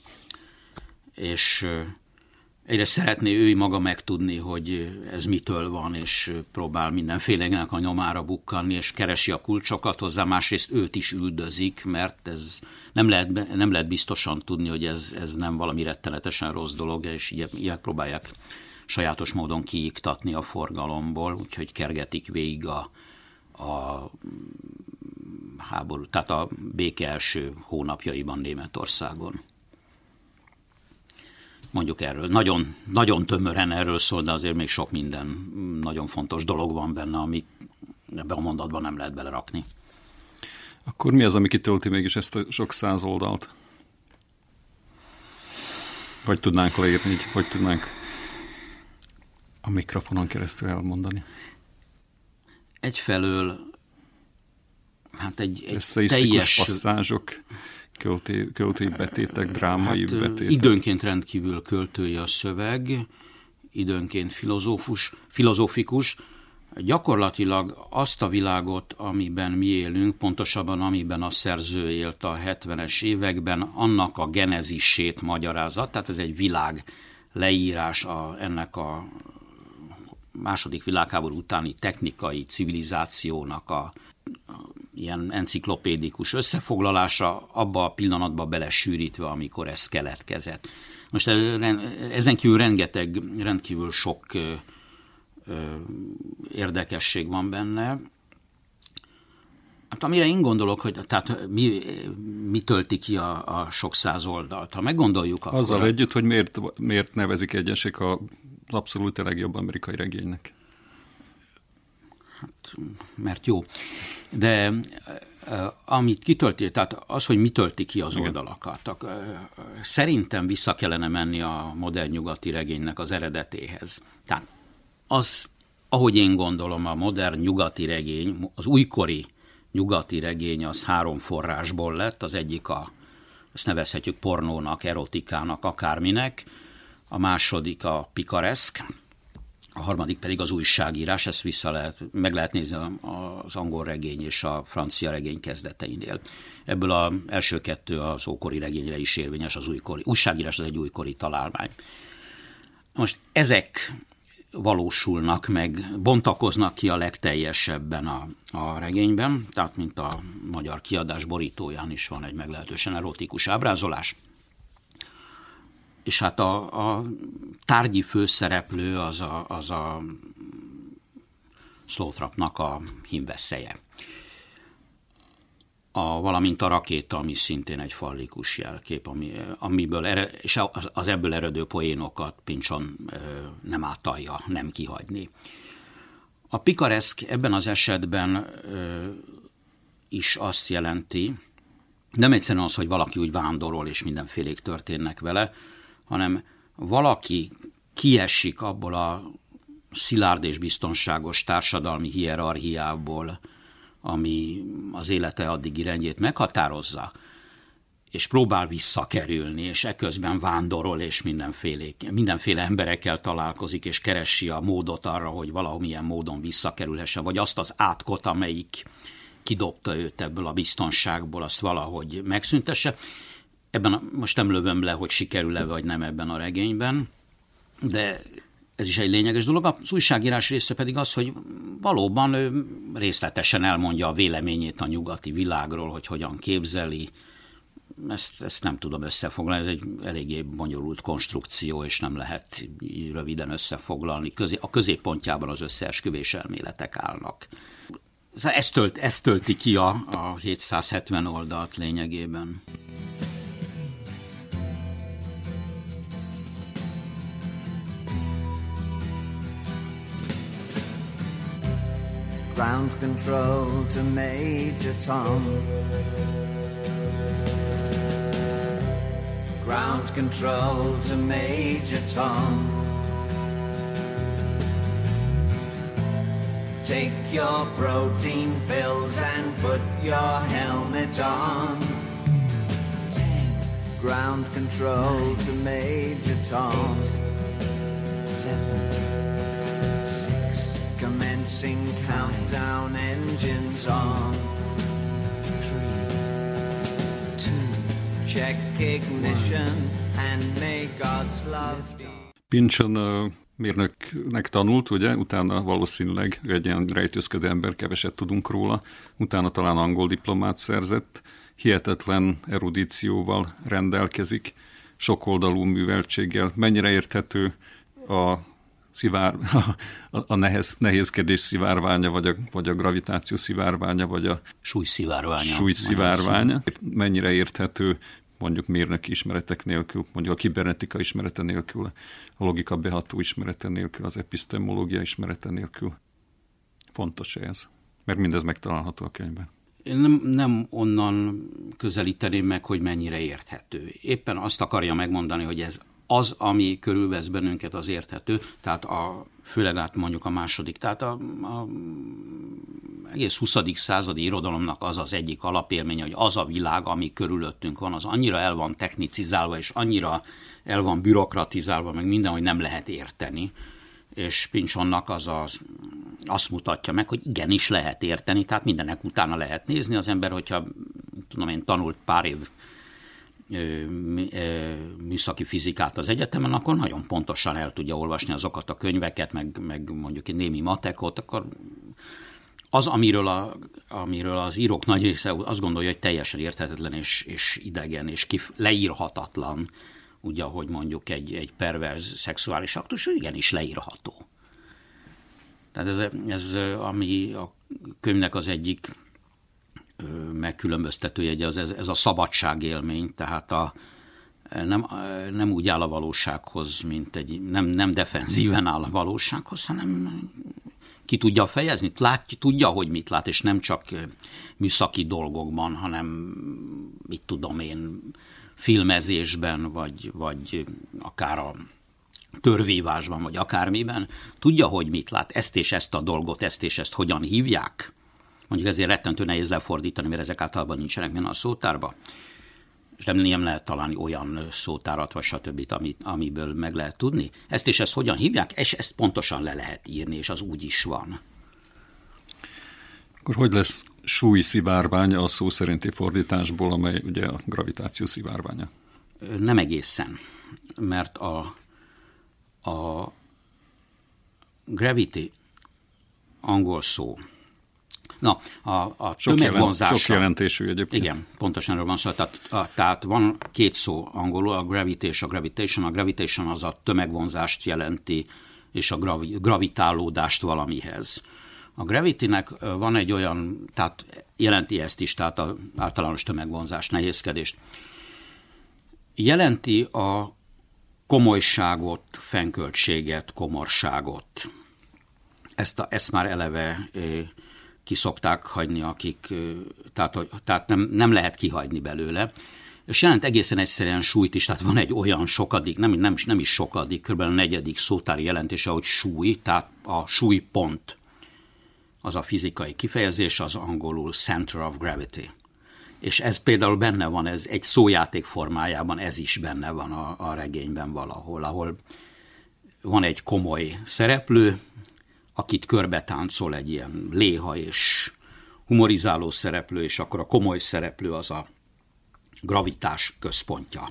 F: És egyrészt szeretné ő maga megtudni, hogy ez mitől van, és próbál mindenfélének a nyomára bukkanni, és keresi a kulcsokat hozzá, másrészt őt is üldözik, mert ez nem lehet, nem lehet biztosan tudni, hogy ez, ez nem valami rettenetesen rossz dolog, és ilyet próbálják sajátos módon kiiktatni a forgalomból, úgyhogy kergetik végig a, a háború, tehát a béke első hónapjaiban Németországon. Mondjuk erről. Nagyon, nagyon tömören erről szól, de azért még sok minden nagyon fontos dolog van benne, amit ebben a mondatban nem lehet belerakni.
C: Akkor mi az, ami kitölti mégis ezt a sok száz oldalt? Hogy tudnánk leírni, így, hogy tudnánk a mikrofonon keresztül elmondani?
F: Egyfelől hát egy, egy
C: teljes... passzázsok, költői, költői betétek, drámai hát, betétek.
F: Időnként rendkívül költői a szöveg, időnként filozófus, filozófikus. Gyakorlatilag azt a világot, amiben mi élünk, pontosabban amiben a szerző élt a hetvenes években, annak a genezisét magyarázza. Tehát ez egy világ leírás a, ennek a második világháború utáni technikai civilizációnak a, a ilyen enciklopédikus összefoglalása, abba a pillanatba belesűrítve, amikor ez keletkezett. Most ezen kívül rengeteg, rendkívül sok ö, ö, érdekesség van benne. Hát amire én gondolok, hogy tehát mi, mi tölti ki a, a sok száz oldalt. Ha meggondoljuk, akkor...
C: Azzal együtt, hogy miért, miért nevezik egyesek a abszolút a legjobb amerikai regénynek.
F: Hát, mert jó. De uh, amit kitölti, tehát az, hogy mi tölti ki az oldalakat, uh, szerintem vissza kellene menni a modern nyugati regénynek az eredetéhez. Tehát az, ahogy én gondolom, a modern nyugati regény, az újkori nyugati regény az három forrásból lett, az egyik a, ezt nevezhetjük pornónak, erotikának, akárminek, a második a pikareszk, a harmadik pedig az újságírás, ezt vissza lehet, meg lehet nézni az angol regény és a francia regény kezdeteinél. Ebből az első kettő az ókori regényre is érvényes, az újkori. Újságírás az egy újkori találmány. Most ezek valósulnak meg, bontakoznak ki a legteljesebben a, a regényben, tehát mint a magyar kiadás borítóján is van egy meglehetősen erotikus ábrázolás. És hát a, a tárgyi főszereplő az a, az a Slothrapnak a hímvesszeje. A, valamint a rakéta, ami szintén egy fallikus jelkép, ami, amiből ered, és az, az ebből eredő poénokat Pynchon ö, nem átalja, nem kihagyni. A pikareszk ebben az esetben ö, is azt jelenti, nem egyszerűen az, hogy valaki úgy vándorol, és mindenfélék történnek vele, hanem valaki kiesik abból a szilárd és biztonságos társadalmi hierarchiából, ami az élete addigi rendjét meghatározza, és próbál visszakerülni, és eközben vándorol, és mindenféle, mindenféle emberekkel találkozik, és keresi a módot arra, hogy valamilyen módon visszakerülhessen, vagy azt az átkot, amelyik kidobta őt ebből a biztonságból, azt valahogy megszüntesse. Ebben a, most nem lövöm le, hogy sikerül-e vagy nem ebben a regényben, de ez is egy lényeges dolog. Az újságírás része pedig az, hogy valóban ő részletesen elmondja a véleményét a nyugati világról, hogy hogyan képzeli. Ezt, ezt nem tudom összefoglalni, ez egy eléggé bonyolult konstrukció, és nem lehet röviden összefoglalni. Közé, a középpontjában az összeesküvés elméletek állnak. Ez, tölt, ez tölti ki a, a hétszázhetven oldalt lényegében.
G: Ground control to Major Tom. Ground control to Major Tom. Take your protein pills and put your helmet on. Ten. Ground control nine, to Major Tom. Eight, seven, six. Commencing countdown, engines on. Three, two, check ignition, and may God's love be.
C: Pynchon uh, mérnöknek tanult, ugye? Utána valószínűleg egy ilyen rejtőzködő ember, keveset tudunk róla. Utána talán angol diplomát szerzett. Hihetetlen erudícióval rendelkezik, sokoldalú műveltséggel. Mennyire érthető a szivár, a, a nehez, nehézkedés szivárványa, vagy a, vagy a gravitáció szivárványa, vagy a
F: súlyszivárványa.
C: súlyszivárványa. Mennyire érthető mondjuk mérnöki ismeretek nélkül, mondjuk a kibernetika ismerete nélkül, a logika beható ismerete nélkül, az epistemológia ismerete nélkül. Fontos ez, mert mindez megtalálható a könyvben.
F: Én nem, nem onnan közelíteném meg, hogy mennyire érthető. Éppen azt akarja megmondani, hogy ez az, ami körülvesz bennünket, az érthető, tehát a, főleg át mondjuk a második, tehát a, a egész huszadik századi irodalomnak az az egyik alapélménye, hogy az a világ, ami körülöttünk van, az annyira el van technicizálva, és annyira el van bürokratizálva, meg minden, hogy nem lehet érteni. És Pynchonnak az az, azt mutatja meg, hogy igenis lehet érteni, tehát mindenek utána lehet nézni. Az ember, hogyha tudom én, tanult pár év műszaki fizikát az egyetemen, akkor nagyon pontosan el tudja olvasni azokat a könyveket, meg, meg mondjuk egy némi matekot, akkor az, amiről, a, amiről az írók nagy része azt gondolja, hogy teljesen érthetetlen és, és idegen, és kif, leírhatatlan, ugye, ahogy mondjuk egy, egy perverz szexuális aktus, igenis leírható. Tehát ez, ez ami a könyvnek az egyik megkülönböztetője, ez, ez a szabadságélmény, tehát a, nem, nem úgy áll a valósághoz, mint egy, nem, nem defenzíven áll a valósághoz, hanem ki tudja fejezni, lát, tudja, hogy mit lát, és nem csak műszaki dolgokban, hanem mit tudom én, filmezésben, vagy, vagy akár a törvívásban, vagy akármiben, tudja, hogy mit lát, ezt és ezt a dolgot, ezt és ezt hogyan hívják. Mondjuk ezért rettentő nehéz lefordítani, mert ezek általában nincsenek benne a szótárba. És nem, nem lehet találni olyan szótárat, vagy stb., amit, amiből meg lehet tudni. Ezt és ezt hogyan hívják, és ezt pontosan le lehet írni, és az úgy is van.
C: Akkor hogy lesz súly szivárvány a szó szerinti fordításból, amely ugye a gravitáció szivárványa?
F: Nem egészen, mert a, a gravity angol szó, na, a, a tömegvonzása...
C: Sok jelentésű egyébként.
F: Igen, pontosan erről van szó. Tehát, a, tehát van két szó angolul, a gravity és a gravitation. A gravitation az a tömegvonzást jelenti, és a gravi, gravitálódást valamihez. A gravity-nek van egy olyan, tehát jelenti ezt is, tehát az általános tömegvonzást, nehézkedést. Jelenti a komolyságot, fennköltséget, komorságot. Ezt, a, ezt már eleve ki szokták hagyni, akik, tehát, tehát nem, nem lehet kihagyni belőle. És jelent egészen egyszerűen súlyt is, tehát van egy olyan sokadik, nem, nem, nem is sokadik, kb. A negyedik szótári jelentése, hogy súly, tehát a súlypont. Az a fizikai kifejezés, az angolul center of gravity. És ez például benne van, ez egy szójáték formájában, ez is benne van a, a regényben valahol, ahol van egy komoly szereplő, akit körbe táncol egy ilyen léha és humorizáló szereplő, és akkor a komoly szereplő az a gravitás központja.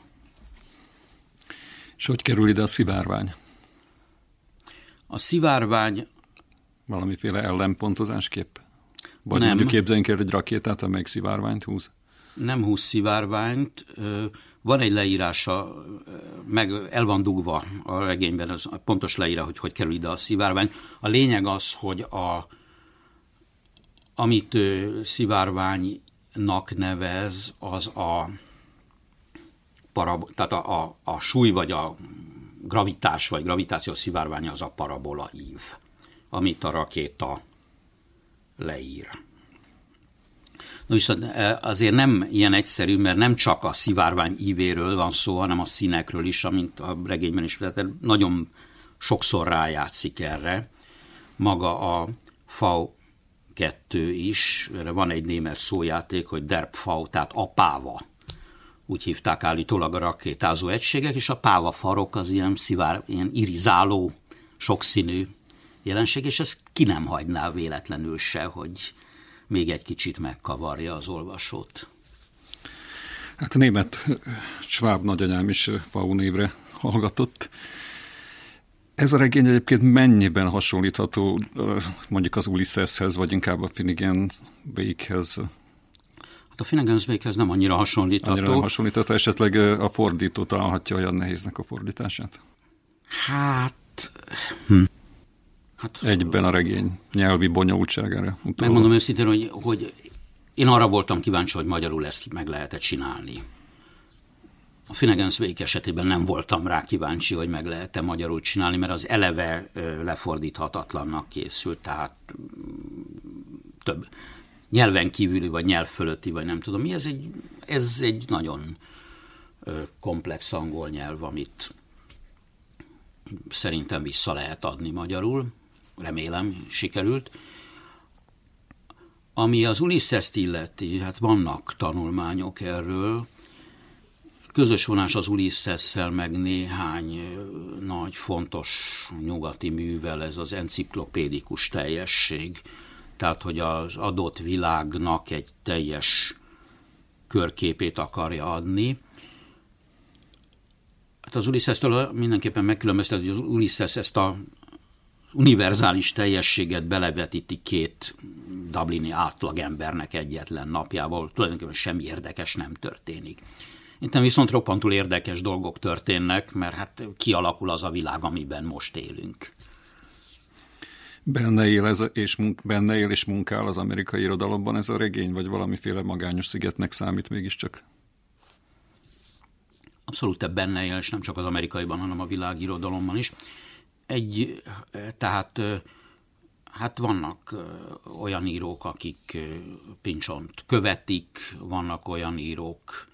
C: És hogy kerül ide a szivárvány?
F: A szivárvány
C: valamiféle ellenpontozásképp? Vagy
F: nem.
C: mondjuk képzeljünk el egy rakétát, amelyik szivárványt húz?
F: Nem húz szivárványt. Van egy leírása, meg el van dugva a regényben, az pontos leírás, hogy hogy kerül ide a szivárvány. A lényeg az, hogy a, amit szivárványnak nevez, az a, parab- tehát a, a, a súly, vagy a gravitás, vagy gravitációs szivárványa az a parabola ív, amit a rakéta leír. Na viszont azért nem ilyen egyszerű, mert nem csak a szivárvány ívéről van szó, hanem a színekről is, amint a regényben is, tehát nagyon sokszor rájátszik erre. Maga a V kettő is, van egy német szójáték, hogy der Pfau, tehát a páva. Úgy hívták állítólag a rakétázó egységek, és a páva farok az ilyen szivár, ilyen irizáló, sokszínű jelenség, és ezt ki nem hagyná véletlenül se, hogy még egy kicsit megkavarja az olvasót.
C: Hát a német Schwab nagyanyám is Pfau névre hallgatott. Ez a regény egyébként mennyiben hasonlítható mondjuk az Ulysseshez, vagy inkább a Finnegan Wake-hez?
F: Hát a Finnegan Wake-hez nem annyira hasonlítható.
C: Annyira nem hasonlítható, esetleg a fordító találhatja olyan nehéznek a fordítását?
F: Hát... Hm.
C: Hát, egyben a regény nyelvi bonyolultságára.
F: Megmondom őszintén, hogy, hogy én arra voltam kíváncsi, hogy magyarul ezt meg lehet csinálni. A Finnegan's Wake esetében nem voltam rá kíváncsi, hogy meg lehet-e magyarul csinálni, mert az eleve lefordíthatatlannak készült, tehát több nyelven kívüli, vagy nyelv fölötti, vagy nem tudom mi. Ez egy, ez egy nagyon komplex angol nyelv, amit szerintem vissza lehet adni magyarul, remélem sikerült. Ami az Ulisszeszt illeti, hát vannak tanulmányok erről. Közös vonás az Ulisszesszel, meg néhány nagy, fontos nyugati művel, ez az enciklopédikus teljesség. Tehát, hogy az adott világnak egy teljes körképét akarja adni. Hát az Ulisszesztől mindenképpen megkülönböztet, hogy az Ulisszesz ezt a univerzális teljességet belevetíti két dublini átlagembernek egyetlen napjával, tulajdonképpen semmi érdekes nem történik. Itt viszont roppantul érdekes dolgok történnek, mert hát kialakul az a világ, amiben most élünk.
H: Benne él, ez a, és, munk, benne él és munkál az amerikai irodalomban ez a regény, vagy valamiféle magányos szigetnek számít mégiscsak?
F: Abszolút benne él, és nem csak az amerikaiban, hanem a világirodalomban is. Egy, tehát hát vannak olyan írók, akik Pynchont követik, vannak olyan írók,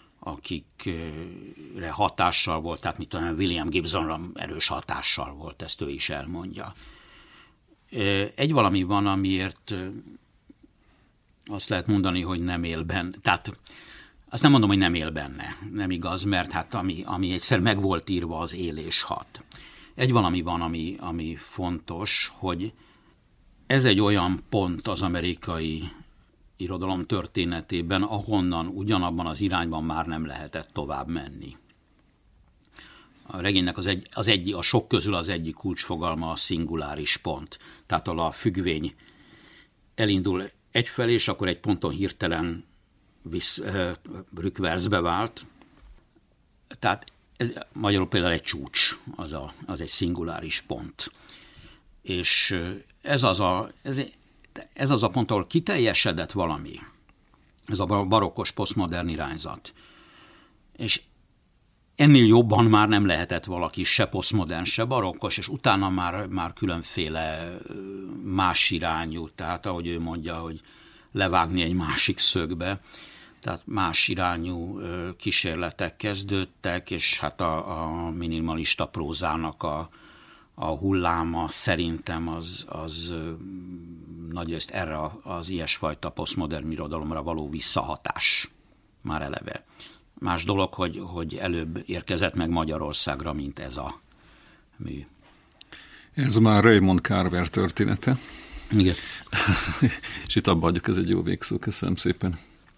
F: akikre hatással volt, tehát mit tudom, William Gibsonra erős hatással volt, ezt ő is elmondja. Egy valami van, amiért azt lehet mondani, hogy nem él benne. Tehát azt nem mondom, hogy nem él benne. Nem igaz, mert hát ami, ami egyszer meg volt írva, az él és hat. Egy valami van, ami, ami fontos, hogy ez egy olyan pont az amerikai irodalom történetében, ahonnan ugyanabban az irányban már nem lehetett tovább menni. A regénynek az egy, az egy, a sok közül az egyik kulcsfogalma a szinguláris pont. Tehát ahol a függvény elindul egyfelé, és akkor egy ponton hirtelen visz, uh, rükverzbe vált. Tehát ez, magyarul például egy csúcs, az, a, az egy szinguláris pont. És ez az a, ez, ez az a pont, ahol kiteljesedett valami. Ez a barokkos, posztmodern irányzat. És ennél jobban már nem lehetett valaki se posztmodern, se barokkos, és utána már, már különféle más irányú, tehát ahogy ő mondja, hogy levágni egy másik szögbe, tehát más irányú kísérletek kezdődtek, és hát a, a minimalista prózának a, a hulláma szerintem az, az nagyrészt erre az ilyesfajta posztmodern irodalomra való visszahatás már eleve. Más dolog, hogy, hogy előbb érkezett meg Magyarországra, mint ez a mű.
H: Ez már Raymond Carver története.
F: Igen.
H: És itt abba adjuk, ez egy jó végszó. Köszönöm szépen.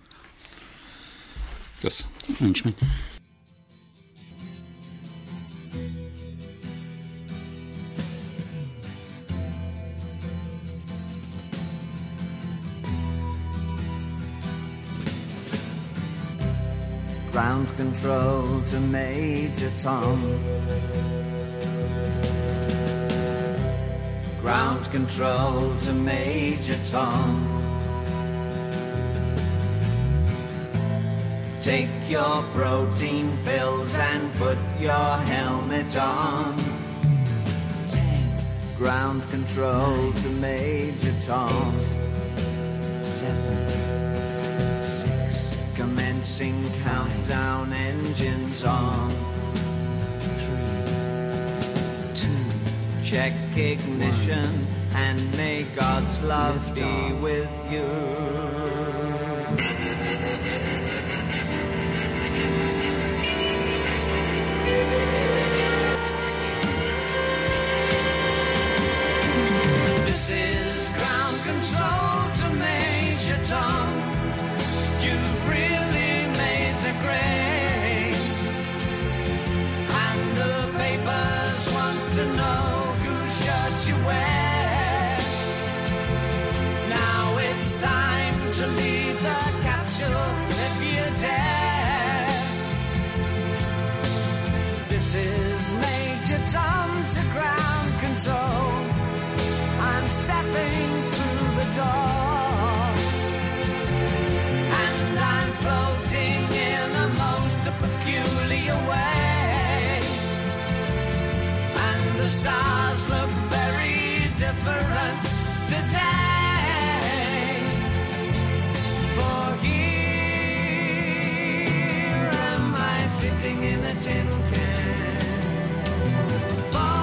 H: Kösz.
F: Nincs mit.
G: Ground control to Major Tom. Ground control to Major Tom. Take your protein pills and put your helmet on. Ten. Ground control to Major Tom. Eight, seven, six. Commencing countdown, engines on. Three, two, check ignition, and may God's love be with you. This is ground control to Major Tom. You've really made the grade, and the papers want to know whose shirt you wear. Now it's time to leave the capsule if you dare. This is Major Tom to ground control. I'm stepping through the door. Floating in a most peculiar way, and the stars look very different today. For here am I sitting in a tin can. For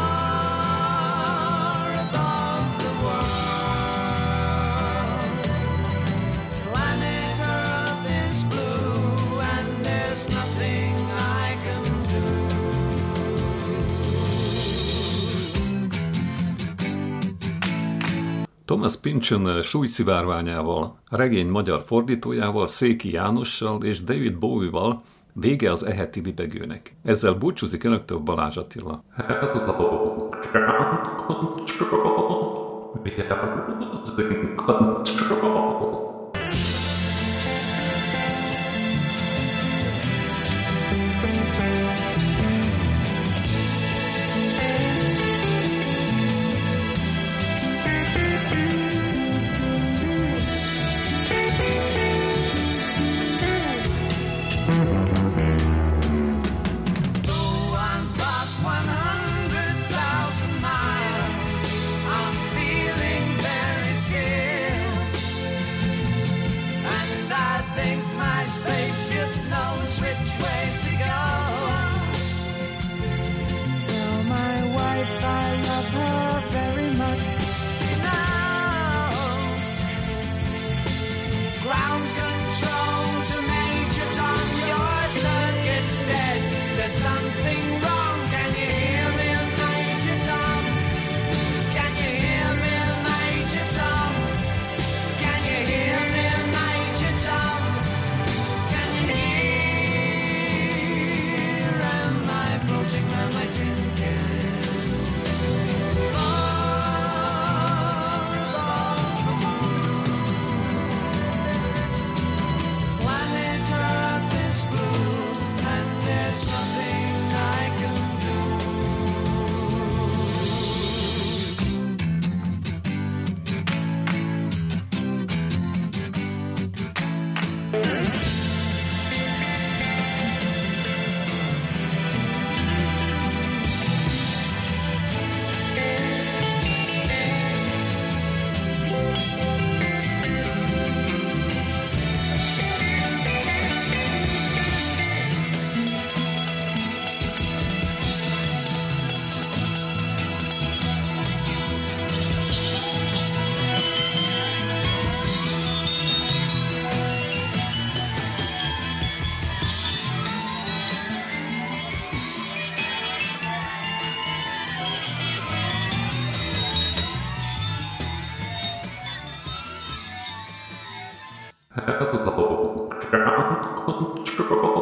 C: Thomas Pynchon súlyszivárványával, a regény magyar fordítójával, Széki Jánossal és David Bowie-val vége az eheti libegőnek. Ezzel búcsúzik önöktől Balázs Attila. Hello, ground control. We are losing control. Hello, ground control.